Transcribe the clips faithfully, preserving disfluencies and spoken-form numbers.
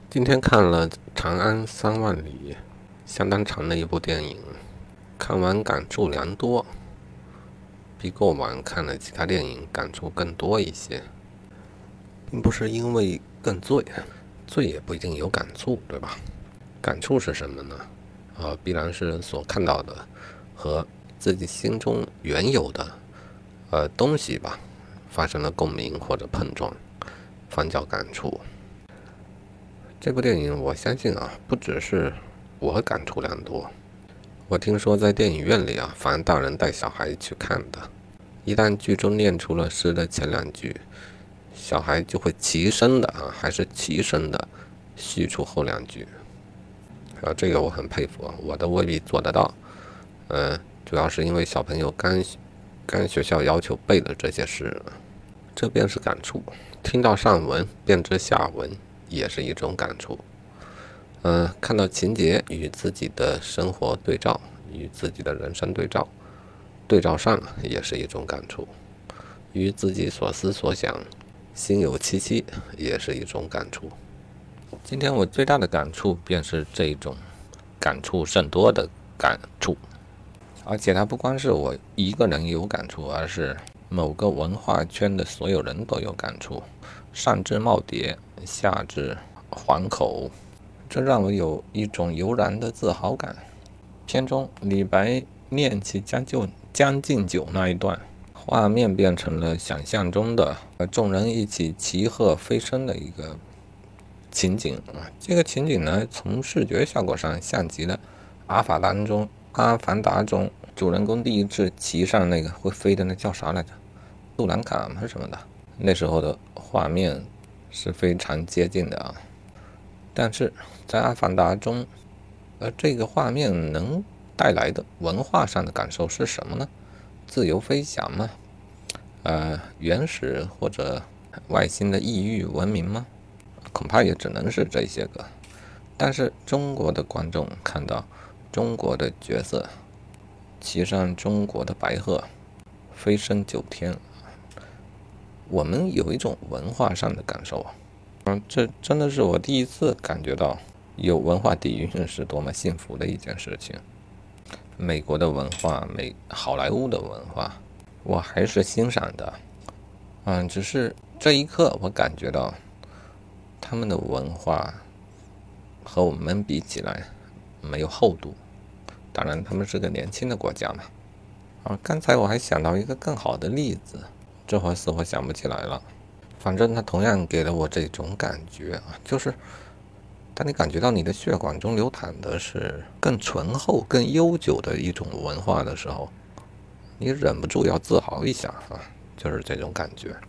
今天看了《长安三万里》，相当长的一部电影，看完感触良多，比过往看了其他电影感触更多一些，并不是因为更醉，醉也不一定有感触，对吧？感触是什么呢？呃，必然是所看到的和自己心中原有的呃东西吧，发生了共鸣或者碰撞，方叫感触。这部电影我相信啊，不只是我感触良多。我听说在电影院里啊，凡大人带小孩去看的，一旦剧中念出了诗的前两句，小孩就会齐声的啊，还是齐声的续出后两句。啊，这个我很佩服，我都未必做得到。嗯、呃，主要是因为小朋友刚刚学校要求背的这些诗，这便是感触。听到上文便知下文，也是一种感触。嗯、呃，看到情节与自己的生活对照，与自己的人生对照，对照上也是一种感触。与自己所思所想，心有戚戚，也是一种感触。今天我最大的感触便是这一种感触甚多的感触，而且它不光是我一个人有感触，而是某个文化圈的所有人都有感触，上至耄耋，下至黄口，这让我有一种悠然的自豪感。片中李白念起将就将进酒那一段，画面变成了想象中的众人一起齐鹤飞升的一个情景啊。这个情景呢，从视觉效果上像极了《阿凡达》中《阿凡达》中主人公第一次骑上那个会飞的那叫啥来着？杜兰卡吗？什么的？那时候的画面是非常接近的啊。但是在《阿凡达》中，而这个画面能带来的文化上的感受是什么呢？自由飞翔吗？呃，原始或者外星的异域文明吗？恐怕也只能是这些个。但是中国的观众看到中国的角色骑上中国的白鹤飞升九天，我们有一种文化上的感受啊。嗯，这真的是我第一次感觉到有文化底蕴是多么幸福的一件事情。美国的文化，美好莱坞的文化，我还是欣赏的。嗯，只是这一刻我感觉到他们的文化和我们比起来没有厚度。当然他们是个年轻的国家嘛。啊，刚才我还想到一个更好的例子，这会儿似乎想不起来了。反正它同样给了我这种感觉啊，就是当你感觉到你的血管中流淌的是更醇厚、更悠久的一种文化的时候，你忍不住要自豪一下啊，就是这种感觉。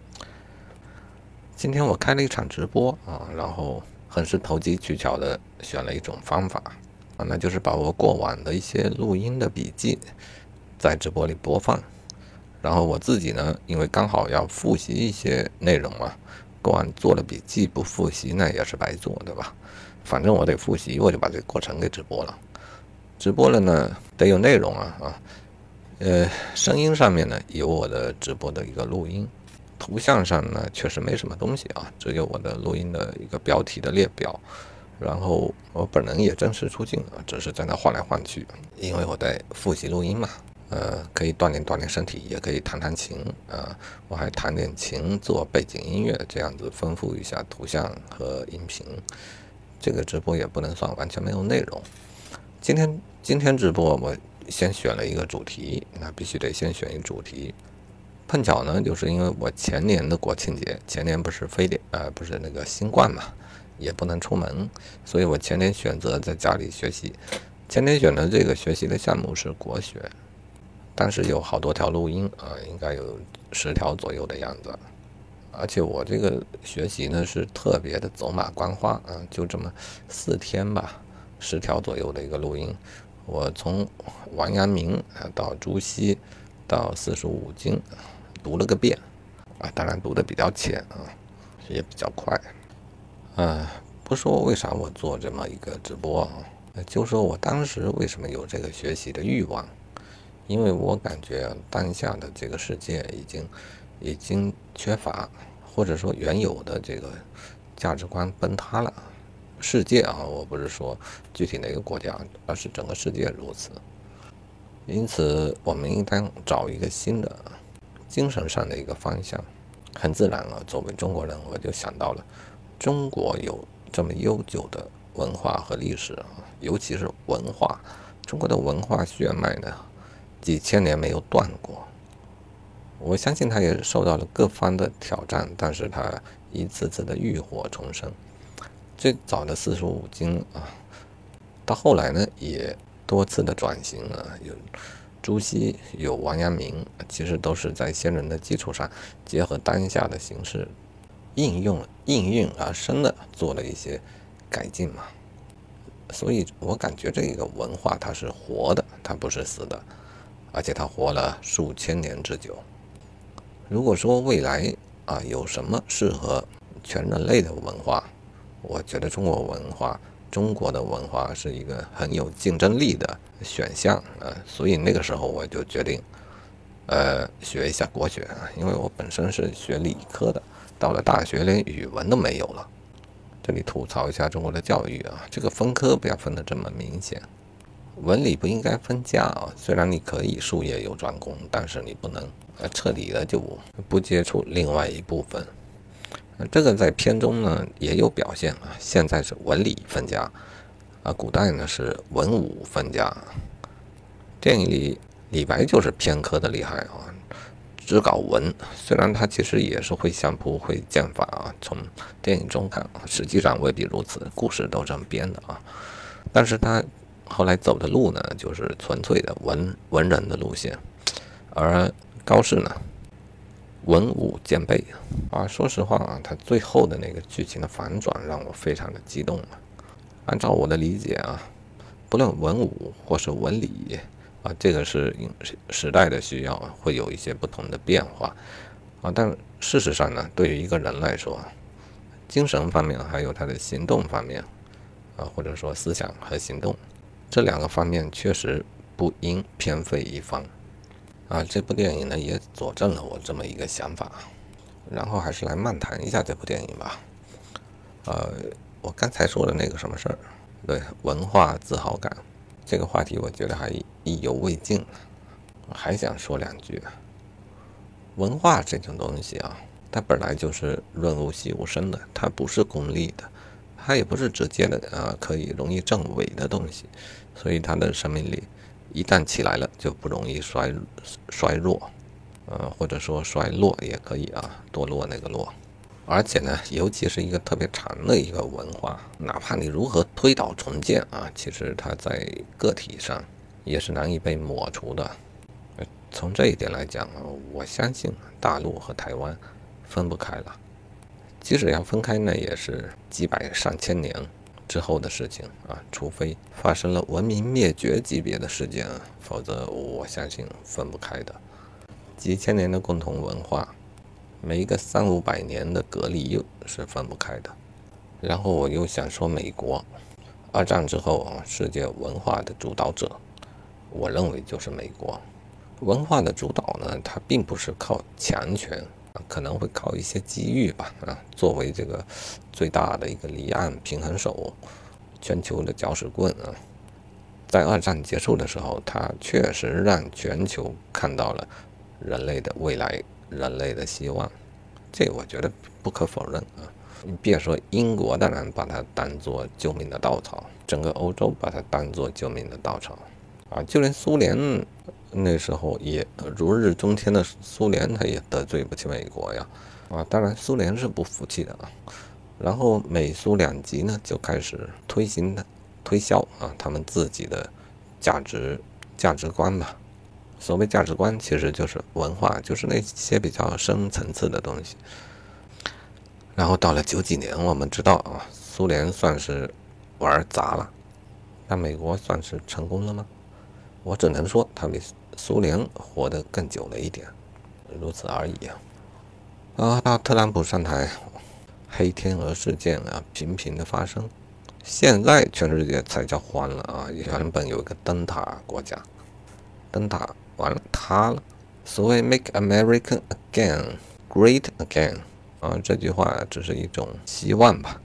今天我开了一场直播啊，然后很是投机取巧的选了一种方法啊，那就是把我过往的一些录音的笔记在直播里播放。然后我自己呢，因为刚好要复习一些内容嘛，过往做了笔记不复习那也是白做，对吧？反正我得复习，我就把这个过程给直播了。直播了呢，得有内容啊啊，呃，声音上面呢有我的直播的一个录音，图像上呢确实没什么东西啊，只有我的录音的一个标题的列表。然后我本人也真实出镜了，只是在那换来换去，因为我在复习录音嘛。呃，可以锻炼锻炼身体，也可以弹弹琴啊、呃。我还弹点琴做背景音乐，这样子丰富一下图像和音频。这个直播也不能算完全没有内容。今天今天直播我先选了一个主题，那必须得先选一个主题。碰巧呢，就是因为我前年的国庆节，前年不是非典呃不是那个新冠嘛，也不能出门，所以我前年选择在家里学习。前年选的这个学习的项目是国学。但是有好多条录音啊，应该有十条左右的样子。而且我这个学习呢是特别的走马观花啊，就这么四天吧，十条左右的一个录音。我从王阳明啊到朱熹到四书五经读了个遍啊，当然读的比较浅啊，也比较快。啊，不说为啥我做这么一个直播啊，就说我当时为什么有这个学习的欲望。因为我感觉当下的这个世界已经已经缺乏，或者说原有的这个价值观崩塌了， 世界啊，我不是说具体哪个国家，而是整个世界如此。因此，我们应当找一个新的精神上的一个方向。很自然啊，作为中国人，我就想到了中国有这么悠久的文化和历史啊，尤其是文化，中国的文化血脉呢，几千年没有断过。我相信它也受到了各方的挑战，但是它一次次的浴火重生。最早的四书五经啊，到后来呢，也多次的转型啊，有朱熹，有王阳明，其实都是在先人的基础上，结合当下的形势，应用应运而生的做了一些改进嘛。所以我感觉这个文化它是活的，它不是死的，而且它活了数千年之久。如果说未来啊有什么适合全人类的文化，我觉得中国文化，中国的文化是一个很有竞争力的选项啊，所以那个时候我就决定，呃，学一下国学啊，因为我本身是学理科的，到了大学连语文都没有了。这里吐槽一下中国的教育啊，这个分科不要分得这么明显，文理不应该分家啊。虽然你可以术业有专攻，但是你不能呃彻底的就不接触另外一部分。这个在片中呢也有表现啊，现在是文理分家啊，古代呢是文武分家。电影里李白就是偏科的厉害啊，只搞文，虽然他其实也是会相扑会剑法啊，从电影中看啊，实际上未必如此，故事都这么编的啊。但是他后来走的路呢，就是纯粹的文文人的路线，而高适呢，文武兼备啊。说实话啊，他最后的那个剧情的反转让我非常的激动啊。按照我的理解啊，不论文武或是文理啊，这个是时代的需要，会有一些不同的变化啊。但事实上呢，对于一个人来说，精神方面还有他的行动方面啊，或者说思想和行动这两个方面确实不应偏废一方啊。这部电影呢也佐证了我这么一个想法。然后还是来漫谈一下这部电影吧。呃，我刚才说的那个什么事儿，对，文化自豪感这个话题，我觉得还意犹未尽，我还想说两句。文化这种东西啊，它本来就是润物细无声的，它不是功利的，它也不是直接的啊，可以容易证伪的东西，所以它的生命力一旦起来了，就不容易衰衰弱，呃，或者说衰落也可以啊，堕落那个落。而且呢，尤其是一个特别长的一个文化，哪怕你如何推倒重建啊，其实它在个体上也是难以被抹除的。从这一点来讲，我相信大陆和台湾分不开了。即使要分开呢，也是几百上千年之后的事情啊，除非发生了文明灭绝级别的事件，否则我相信分不开的。几千年的共同文化，每一个三五百年的隔离又是分不开的。然后我又想说美国，二战之后啊，世界文化的主导者，我认为就是美国。文化的主导呢，它并不是靠强权，可能会靠一些机遇吧啊，作为这个最大的一个离岸平衡手，全球的搅屎棍啊。在二战结束的时候，它确实让全球看到了人类的未来，人类的希望，这我觉得不可否认啊。你别说英国，当然把它当作救命的稻草，整个欧洲把它当作救命的稻草啊，就连苏联那时候也如日中天的苏联，他也得罪不起美国呀啊！当然苏联是不服气的啊。然后美苏两极呢就开始推行的推销啊他们自己的价值价值观吧。所谓价值观其实就是文化，就是那些比较深层次的东西。然后到了九几年，我们知道啊，苏联算是玩砸了，那美国算是成功了吗？我只能说他比苏联活得更久了一点，如此而已啊。啊，到特朗普上台，黑天鹅事件啊频频的发生，现在全世界才叫欢了啊！原本有一个灯塔国家，灯塔完了塌了。所谓 Make America Again Great Again 啊，这句话只是一种希望吧，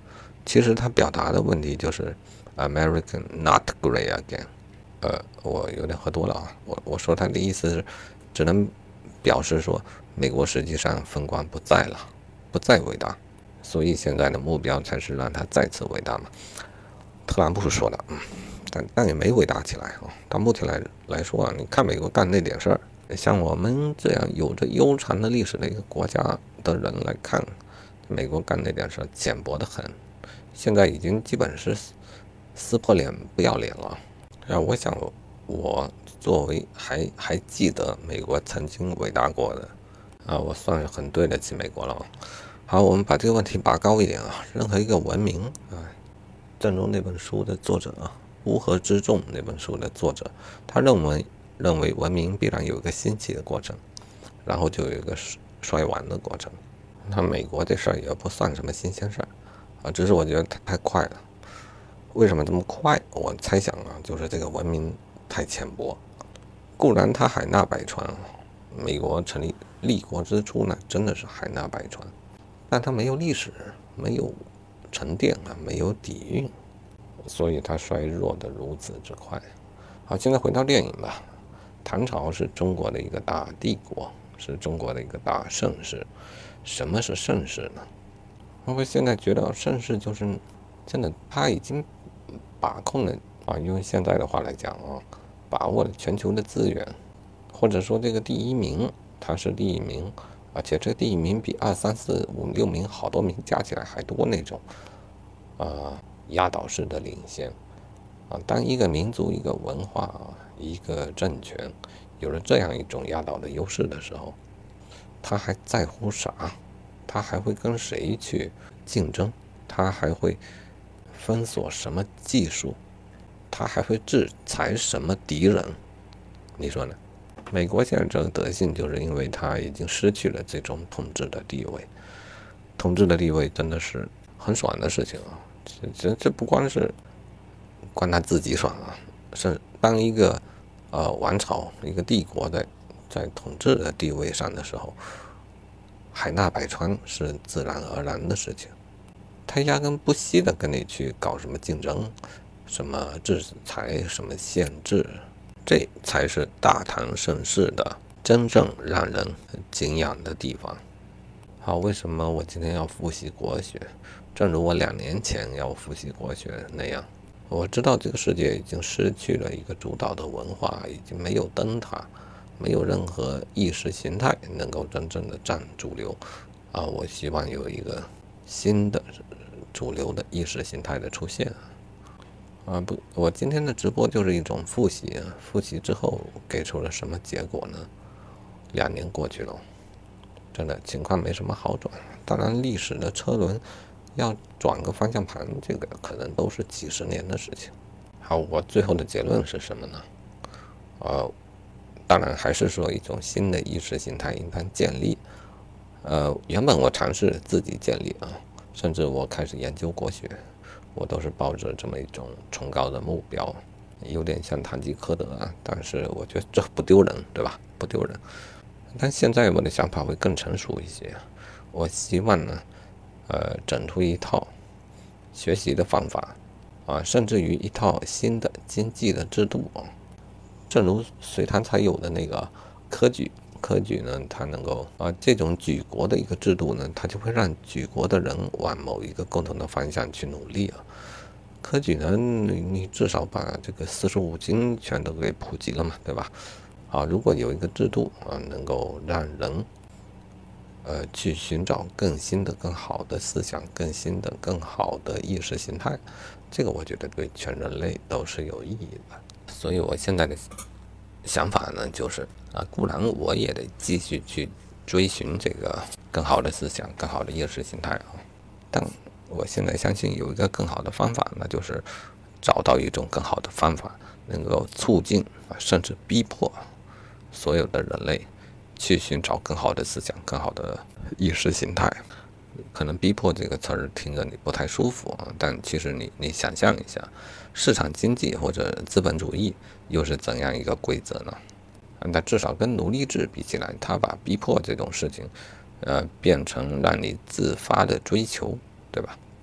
其实他表达的问题就是 American not great again。呃，我有点喝多了啊，我我说他的意思是，只能表示说美国实际上风光不再了，不再伟大，所以现在的目标才是让他再次伟大嘛。特朗普说的，嗯，但但也没伟大起来啊。到目前来来说啊，你看美国干那点事儿，像我们这样有着悠长的历史的一个国家的人来看，美国干那点事儿浅薄得很，现在已经基本是撕破脸不要脸了。啊，我想我作为还还记得美国曾经伟大过的啊，我算是很对得起美国了。好，我们把这个问题拔高一点啊，任何一个文明啊，正如那本书的作者啊，《乌合之众》那本书的作者，他认为认为文明必然有一个兴起的过程，然后就有一个衰亡的过程。那美国这事儿也不算什么新鲜事儿啊，只是我觉得它太快了。为什么这么快？我猜想啊，就是这个文明太浅薄。固然它海纳百川，美国成立立国之初呢，真的是海纳百川，但它没有历史，没有沉淀啊，没有底蕴，所以它衰弱的如此之快。好，现在回到电影吧。唐朝是中国的一个大帝国，是中国的一个大盛世。什么是盛世呢？我现在觉得盛世就是真的，他已经把控了啊，用现在的话来讲啊，把握了全球的资源，或者说这个第一名，他是第一名，而且这第一名比二三四五六名好多名加起来还多那种，啊，压倒式的领先啊。当一个民族、一个文化、一个政权有了这样一种压倒的优势的时候，他还在乎啥？他还会跟谁去竞争？他还会封锁什么技术？他还会制裁什么敌人？你说呢？美国现在这个德性，就是因为他已经失去了这种统治的地位。统治的地位真的是很爽的事情啊！这这这不光是关他自己爽啊，是当一个呃王朝、一个帝国在在统治的地位上的时候，海纳百川是自然而然的事情。他压根不惜的跟你去搞什么竞争，什么制裁，什么限制，这才是大唐盛世的真正让人敬仰的地方。好，为什么我今天要复习国学？正如我两年前要复习国学那样，我知道这个世界已经失去了一个主导的文化，已经没有灯塔，没有任何意识形态能够真正的占主流啊！我希望有一个新的主流的意识形态的出现啊！不，我今天的直播就是一种复习啊，复习之后给出了什么结果呢？两年过去了，真的情况没什么好转。当然，历史的车轮要转个方向盘，这个可能都是几十年的事情。好，我最后的结论是什么呢？呃，当然还是说一种新的意识形态应当建立。呃，原本我尝试自己建立啊。甚至我开始研究国学，我都是抱着这么一种崇高的目标，有点像堂吉诃德啊，但是我觉得这不丢人，对吧？不丢人。但现在我的想法会更成熟一些，我希望呢，呃，整出一套学习的方法啊，甚至于一套新的经济的制度啊，正如隋唐才有的那个科举。科举呢，它能够啊，这种举国的一个制度呢，它就会让举国的人往某一个共同的方向去努力啊。科举呢，你你至少把这个四书五经全都给普及了嘛，对吧？啊，如果有一个制度啊，能够让人呃去寻找更新的、更好的思想、更新的、更好的意识形态，这个我觉得对全人类都是有意义的。所以我现在的想法呢，就是啊，固然我也得继续去追寻这个更好的思想、更好的意识形态啊，但我现在相信有一个更好的方法，那就是找到一种更好的方法，能够促进啊，甚至逼迫所有的人类去寻找更好的思想、更好的意识形态。可能逼迫这个词儿听着你不太舒服啊，但其实你你想象一下，市场经济或者资本主义又是怎样一个规则呢？那至少跟奴隶制比起来，它把逼迫这种事情，呃，变成让你自发的追求，对吧？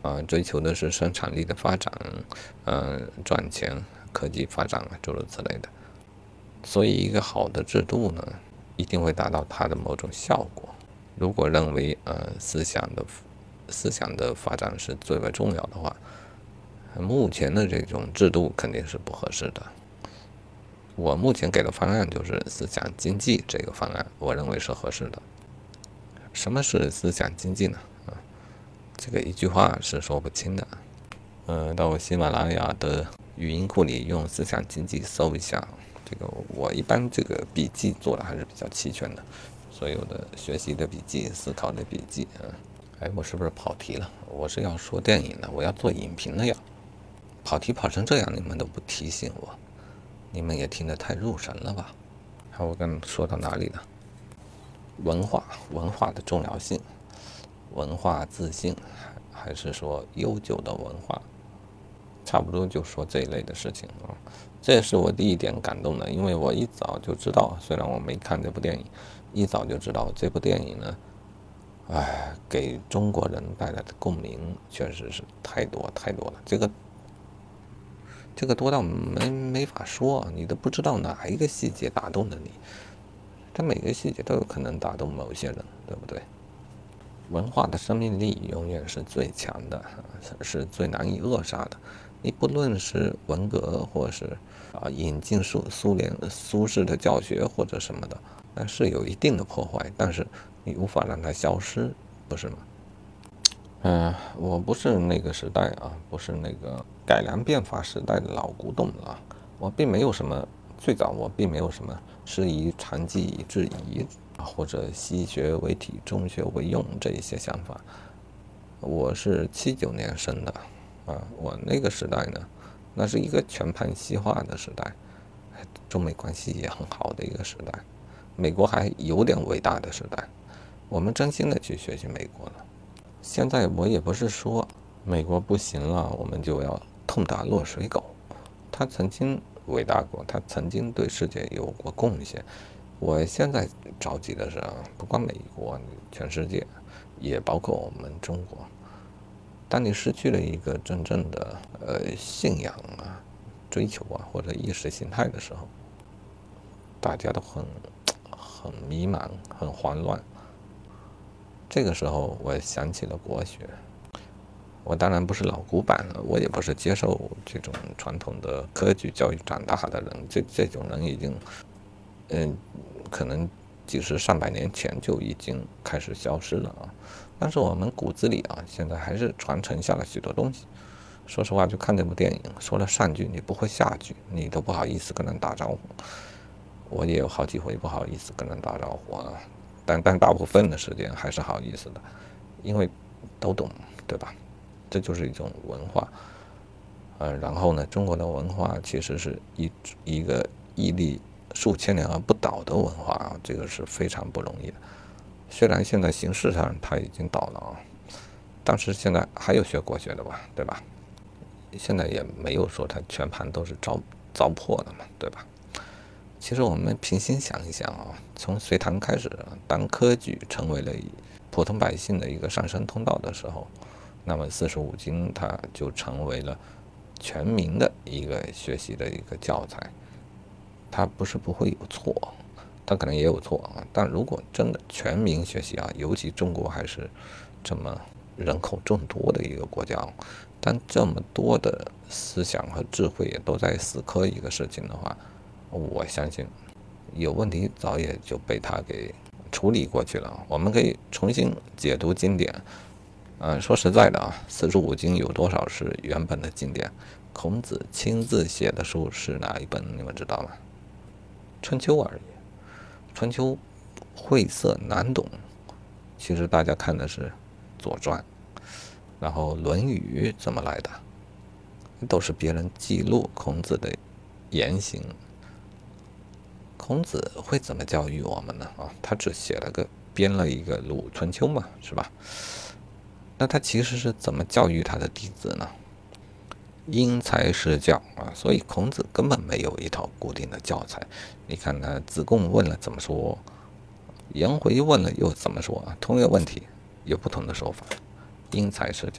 啊、呃，追求的是生产力的发展，呃，赚钱、科技发展啊，诸如此类的。所以，一个好的制度呢，一定会达到它的某种效果。如果认为呃思想的思想的发展是最为重要的话，目前的这种制度肯定是不合适的。我目前给的方案就是思想经济这个方案，我认为是合适的。什么是思想经济呢？啊，这个一句话是说不清的。呃，到喜马拉雅的语音库里用思想经济搜一下，这个我一般这个笔记做的还是比较齐全的，所有的学习的笔记、思考的笔记啊。哎，我是不是跑题了？我是要说电影的，我要做影评的呀。跑题跑成这样，你们都不提醒我，你们也听得太入神了吧？好，我刚说到哪里了？文化，文化的重要性，文化自信，还是说悠久的文化，差不多就说这一类的事情啊。这也是我第一点感动的，因为我一早就知道，虽然我没看这部电影，一早就知道这部电影呢，哎，给中国人带来的共鸣确实是太多太多了。这个这个多到没没法说，你都不知道哪一个细节打动了你。它每个细节都有可能打动某些人，对不对？文化的生命力永远是最强的，是最难以扼杀的。你不论是文革，或是啊引进苏苏联苏式的教学或者什么的，那是有一定的破坏，但是你无法让它消失，不是吗？嗯、呃，我不是那个时代啊，不是那个改良变法时代的老古董了。我并没有什么，最早我并没有什么师夷长技以制夷啊，或者西学为体，中学为用这一些想法。我是七九年生的啊，我那个时代呢，那是一个全盘西化的时代，中美关系也很好的一个时代，美国还有点伟大的时代，我们真心的去学习美国了。现在我也不是说美国不行了，我们就要痛打落水狗。他曾经伟大过，他曾经对世界有过贡献。我现在着急的是啊，不光美国，全世界，也包括我们中国。当你失去了一个真正的呃信仰啊、追求啊或者意识形态的时候，大家都很很迷茫、很慌乱。这个时候，我想起了国学。我当然不是老古板了，我也不是接受这种传统的科举教育长大的人，这这种人已经，嗯，可能几十上百年前就已经开始消失了啊。但是我们骨子里啊，现在还是传承下了许多东西。说实话，就看这部电影，说了上句你不会下句，你都不好意思跟人打招呼。我也有好几回不好意思跟人打招呼啊。但但大部分的时间还是好意思的，因为都懂，对吧？这就是一种文化，呃，然后呢，中国的文化其实是一一个屹立数千年而不倒的文化啊，这个是非常不容易的。虽然现在形式上它已经倒了啊，但是现在还有学国学的吧，对吧？现在也没有说它全盘都是糟糟粕的嘛，对吧？其实我们平心想一想啊，从隋唐开始，当科举成为了普通百姓的一个上升通道的时候，那么四书五经它就成为了全民的一个学习的一个教材。它不是不会有错，它可能也有错啊，但如果真的全民学习啊，尤其中国还是这么人口众多的一个国家，当这么多的思想和智慧也都在死磕一个事情的话，我相信有问题早也就被他给处理过去了。我们可以重新解读经典。嗯，说实在的啊，四书五经有多少是原本的经典？孔子亲自写的书是哪一本？你们知道吗？春秋而已。春秋晦涩难懂，其实大家看的是左传，然后论语怎么来的，都是别人记录孔子的言行。孔子会怎么教育我们呢？啊，他只写了个编了一个鲁春秋嘛，是吧？那他其实是怎么教育他的弟子呢？因材施教啊，所以孔子根本没有一套固定的教材。你看呢，子贡问了怎么说，颜回问了又怎么说啊？同一个问题有不同的说法，因材施教。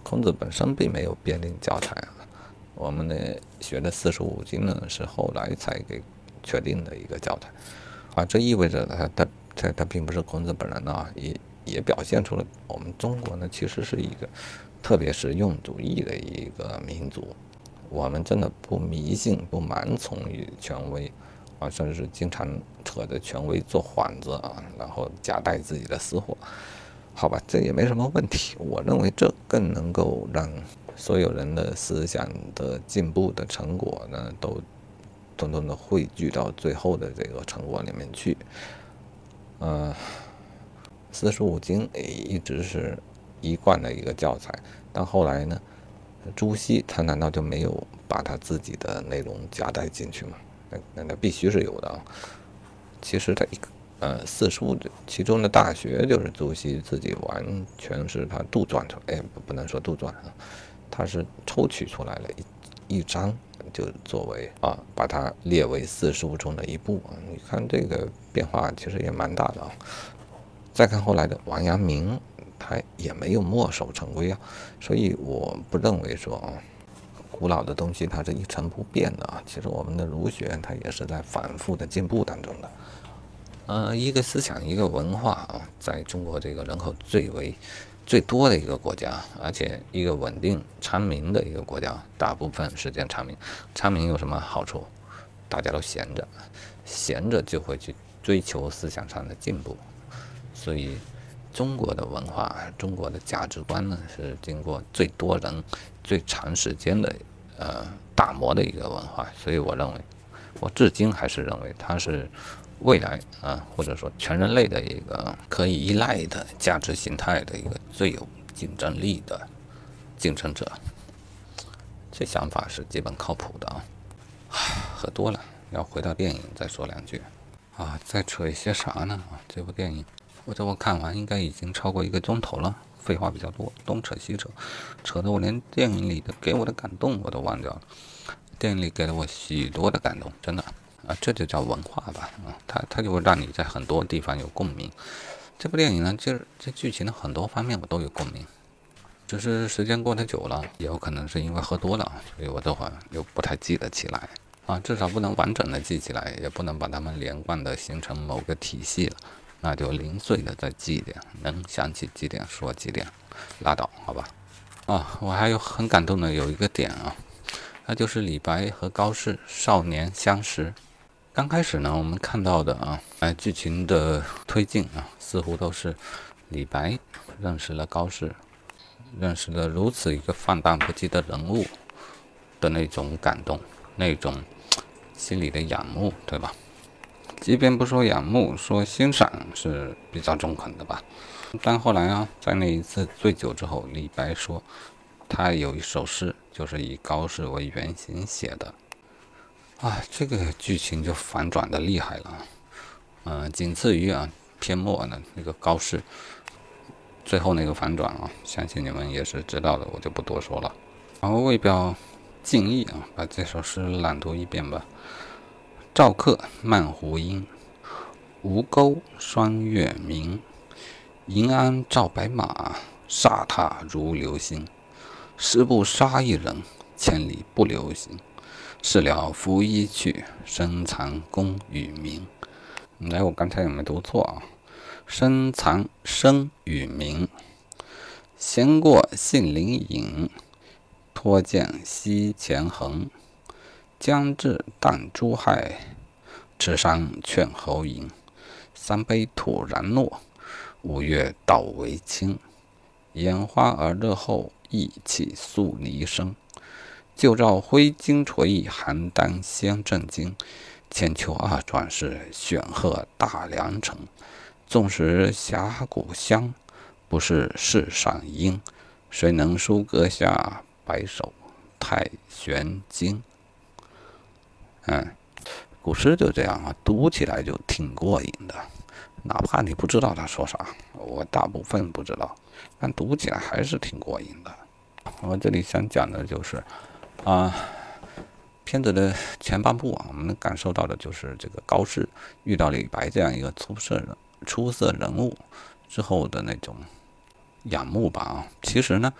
孔子本身并没有编定教材啊，我们的学的四书五经呢是后来才给确定的一个教材啊，这意味着他他他他并不是孔子本人啊，也也表现出了我们中国呢其实是一个特别实用主义的一个民族，我们真的不迷信不蛮从于权威啊，甚至是经常扯着权威做幌子啊，然后夹带自己的私货。好吧，这也没什么问题。我认为这更能够让所有人的思想的进步的成果呢，都统统的汇聚到最后的这个成果里面去。呃，四书五经一直是一贯的一个教材，但后来呢，朱熹他难道就没有把他自己的内容夹带进去吗？那那必须是有的啊。其实他一个。呃，四书其中的《大学》就是朱熹自己完全是他杜撰出来，哎，不能说杜撰啊，他是抽取出来了一一章，就作为啊，把它列为四书中的一部啊。你看这个变化其实也蛮大的啊。再看后来的王阳明，他也没有墨守成规啊，所以我不认为说啊，古老的东西它是一成不变的啊。其实我们的儒学它也是在反复的进步当中的。呃，一个思想，一个文化啊，在中国这个人口最为最多的一个国家，而且一个稳定昌明的一个国家，大部分时间昌明。昌明有什么好处？大家都闲着，闲着就会去追求思想上的进步。所以，中国的文化，中国的价值观呢，是经过最多人、最长时间的呃打磨的一个文化。所以，我认为，我至今还是认为它是。未来啊，或者说全人类的一个可以依赖的价值形态的一个最有竞争力的竞争者，这想法是基本靠谱的啊。喝多了，要回到电影再说两句啊。再扯一些啥呢？啊，这部电影我这我看完应该已经超过一个钟头了，废话比较多，东扯西扯，扯得我连电影里的给我的感动我都忘掉了。电影里给了我许多的感动，真的。啊，这就叫文化吧，啊，它它就会让你在很多地方有共鸣。这部电影呢，就是这剧情的很多方面我都有共鸣，只是时间过得久了，也有可能是因为喝多了，所以我这会儿又不太记得起来啊，至少不能完整的记起来，也不能把它们连贯的形成某个体系了，那就零碎的再记一点，能想起几点说几点，拉倒，好吧？啊，我还有很感动的有一个点啊，那就是李白和高适少年相识。刚开始呢，我们看到的啊，哎，剧情的推进啊，似乎都是李白认识了高适，认识了如此一个放荡不羁的人物的那种感动，那种心里的仰慕，对吧？即便不说仰慕，说欣赏是比较中肯的吧。但后来啊，在那一次醉酒之后，李白说他有一首诗，就是以高适为原型写的。啊，这个剧情就反转的厉害了，嗯、呃，仅次于啊篇末的那个高适，最后那个反转啊，相信你们也是知道的，我就不多说了。然后为表敬意啊，把这首诗朗读一遍吧。赵客漫胡缨，吴钩霜月明。银鞍照白马，飒沓如流星。十步杀一人，千里不留行。事了拂衣去，深藏功与名。来，我刚才有没有读错啊？深藏声与名。闲过杏林隐，脱剑西前横。将至旦珠海，持觞劝侯赢。三杯吐然落，五岳道为清。烟花而热后，意气肃离声。旧照挥金锤，邯郸先震惊。千秋二转世，显赫大梁城。纵使峡谷香，不是世上英。谁能书阁下，白首太玄经？嗯，古诗就这样啊，读起来就挺过瘾的。哪怕你不知道他说啥，我大部分不知道，但读起来还是挺过瘾的。我这里想讲的就是啊，片子的前半部啊，我们能感受到的就是这个高适遇到李白这样一个出色人出色人物之后的那种仰慕吧啊。其实呢，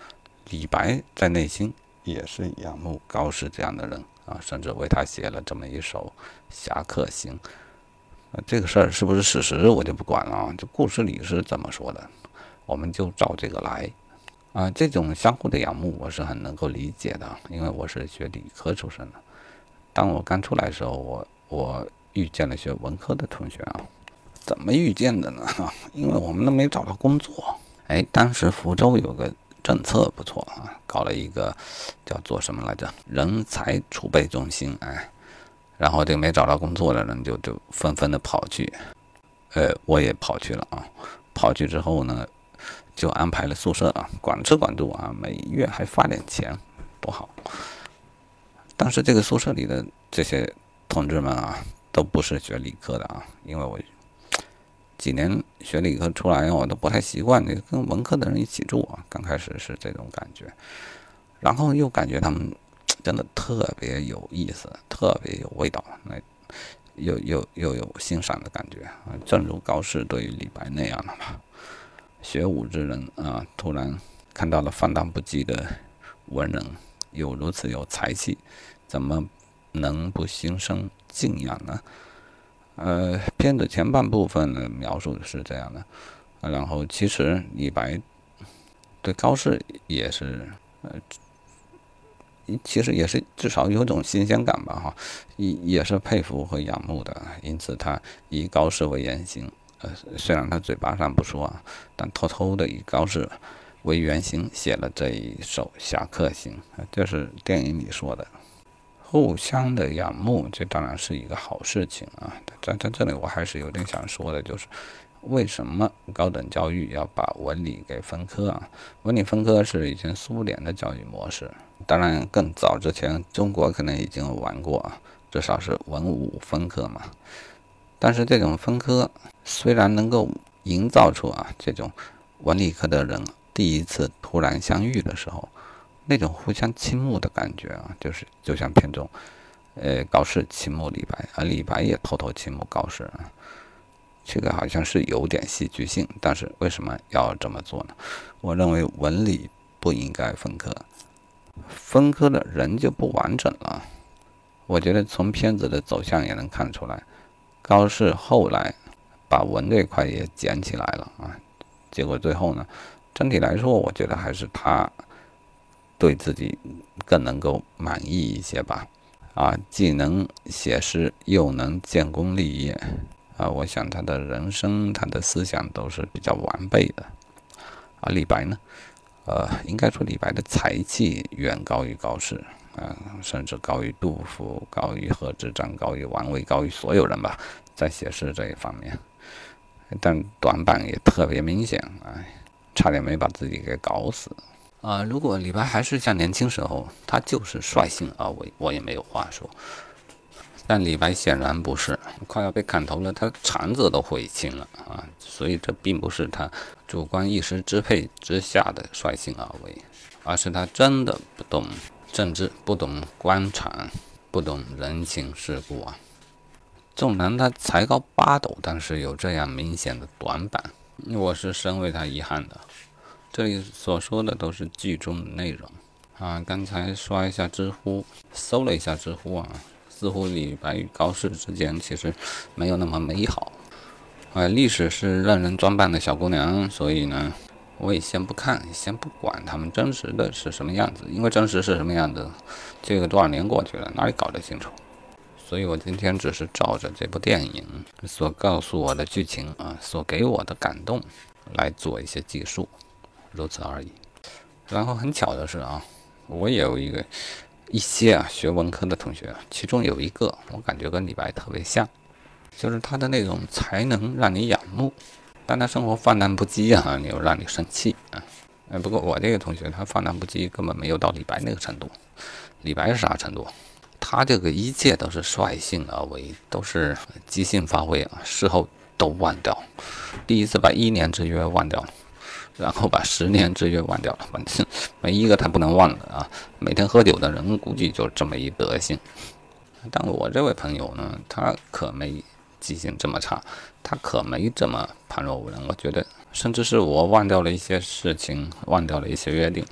李白在内心也是仰慕高适这样的人啊，甚至为他写了这么一首《侠客行》。这个事儿是不是事实我就不管了啊，这故事里是怎么说的，我们就照这个来啊。这种相互的仰慕我是很能够理解的，因为我是学理科出身的。当我刚出来的时候，我我遇见了学文科的同学啊，怎么遇见的呢？因为我们都没找到工作。哎，当时福州有个政策不错啊，搞了一个叫做什么来着，人才储备中心。哎，然后这个没找到工作的人就就纷纷的跑去，呃，我也跑去了啊。跑去之后呢，就安排了宿舍啊，管吃管住啊，每月还发点钱，多好。但是这个宿舍里的这些同志们啊，都不是学理科的啊，因为我几年学理科出来，我都不太习惯跟文科的人一起住啊。刚开始是这种感觉，然后又感觉他们真的特别有意思，特别有味道，那又又又有欣赏的感觉啊。正如高适对于李白那样的嘛，学武之人啊，突然看到了放荡不羁的文人，有如此有才气，怎么能不心生敬仰呢？呃，片子前半部分的描述是这样的，然后其实李白对高适也是，呃，其实也是至少有种新鲜感吧，哈，也也是佩服和仰慕的，因此他以高适为原型，呃，虽然他嘴巴上不说啊，但偷偷的以高适为原型写了这一首《侠客行》，这是电影里说的。互相的仰慕，这当然是一个好事情啊。在在这里，我还是有点想说的，就是为什么高等教育要把文理给分科啊？文理分科是以前苏联的教育模式，当然更早之前，中国可能已经玩过啊，至少是文武分科嘛。但是这种分科虽然能够营造出啊这种文理科的人第一次突然相遇的时候，那种互相倾慕的感觉啊，就是就像片中，呃，高适倾慕李白，而李白也偷偷倾慕高适啊。这个好像是有点戏剧性，但是为什么要这么做呢？我认为文理不应该分科，分科的人就不完整了。我觉得从片子的走向也能看出来，高适后来把文这块也捡起来了啊，结果最后呢，整体来说，我觉得还是他对自己更能够满意一些吧，啊，既能写诗，又能建功立业，啊，我想他的人生，他的思想都是比较完备的。而李白呢，呃，应该说李白的才气远高于高适，啊，甚至高于杜甫，高于贺知章，高于王维，高于所有人吧，在写诗这一方面，但短板也特别明显，哎，差点没把自己给搞死。啊、呃，如果李白还是像年轻时候，他就是率性而为，我也没有话说。但李白显然不是，快要被砍头了，他肠子都悔青了啊！所以这并不是他主观意识支配之下的率性而为，而是他真的不懂政治，不懂官场，不懂人情世故啊。纵然他才高八斗，但是有这样明显的短板，我是深为他遗憾的。这里所说的都是剧中的内容啊。刚才刷一下知乎，搜了一下知乎啊，似乎李白与高适之间其实没有那么美好。啊，历史是任人装扮的小姑娘，所以呢，我也先不看，先不管他们真实的是什么样子，因为真实是什么样子，这个多少年过去了，哪里搞得清楚？所以我今天只是照着这部电影所告诉我的剧情啊，所给我的感动来做一些记述。如此而已。然后很巧的是啊，我也有一个一些啊学文科的同学，其中有一个我感觉跟李白特别像，就是他的那种才能让你仰慕，但他生活放荡不羁啊，又让你生气啊。哎，不过我这个同学他放荡不羁根本没有到李白那个程度。李白是啥程度？他这个一切都是率性而为，都是即兴发挥啊，事后都忘掉。第一次把一年之约忘掉了。然后把十年之约忘掉了，反正没一个他不能忘的啊！每天喝酒的人估计就这么一德行。但我这位朋友呢，他可没记性这么差，他可没这么旁若无人。我觉得，甚至是我忘掉了一些事情，忘掉了一些约定，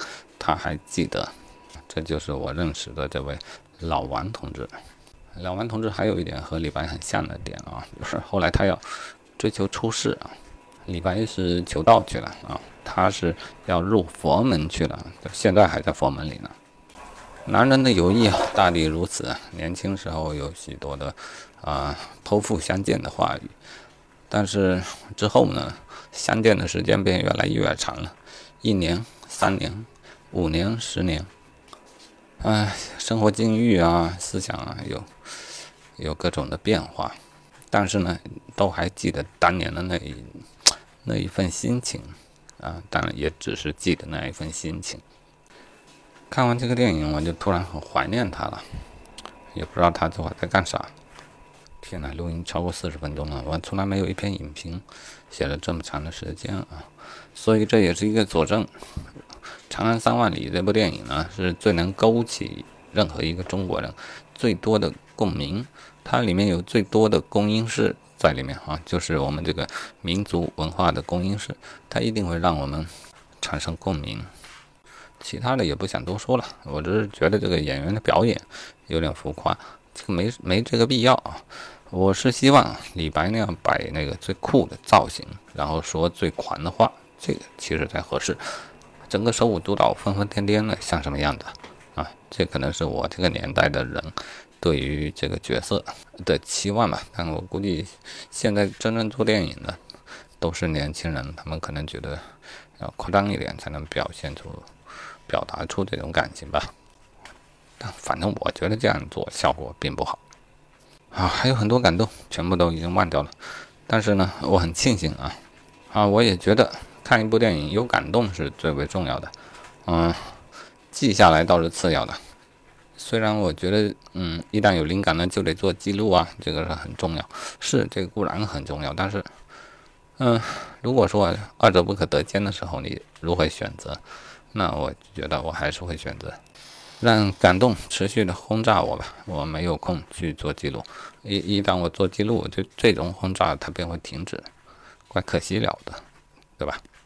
他还记得。这就是我认识的这位老王同志。老王同志还有一点和李白很像的点啊，就是后来他要追求出世啊，李白是求道去了啊，他是要入佛门去了，现在还在佛门里呢。男人的友谊啊，大抵如此。年轻时候有许多的啊剖腹相见的话语，但是之后呢，相见的时间便越来越长了，一年、三年、五年、十年。哎，生活境遇啊，思想啊，有有各种的变化，但是呢，都还记得当年的那一那一份心情啊，当然也只是记得那一份心情。看完这个电影，我就突然很怀念他了，也不知道他这会儿在干啥。天哪，录音超过四十分钟了，我从来没有一篇影评写了这么长的时间啊，所以这也是一个佐证。《长安三万里》这部电影呢，是最能勾起任何一个中国人最多的共鸣，它里面有最多的公因式在里面啊，就是我们这个民族文化的公因式，它一定会让我们产生共鸣。其他的也不想多说了，我只是觉得这个演员的表演有点浮夸，这个没没这个必要啊。我是希望李白那样摆那个最酷的造型，然后说最狂的话，这个其实才合适。整个手舞足蹈、疯疯癫癫的，像什么样子啊？这可能是我这个年代的人对于这个角色的期望吧。但我估计现在真正做电影的都是年轻人，他们可能觉得要夸张一点才能表现出、表达出这种感情吧。但反正我觉得这样做效果并不好啊，还有很多感动，全部都已经忘掉了。但是呢，我很庆幸啊啊，我也觉得。看一部电影有感动是最为重要的，嗯，记下来倒是次要的。虽然我觉得，嗯，一旦有灵感呢，就得做记录啊，这个是很重要，是这个固然很重要，但是，嗯，如果说二者不可得兼的时候，你如何选择？那我觉得我还是会选择让感动持续的轰炸我吧。我没有空去做记录，一一旦我做记录，就这种轰炸它便会停止，怪可惜了的，对吧？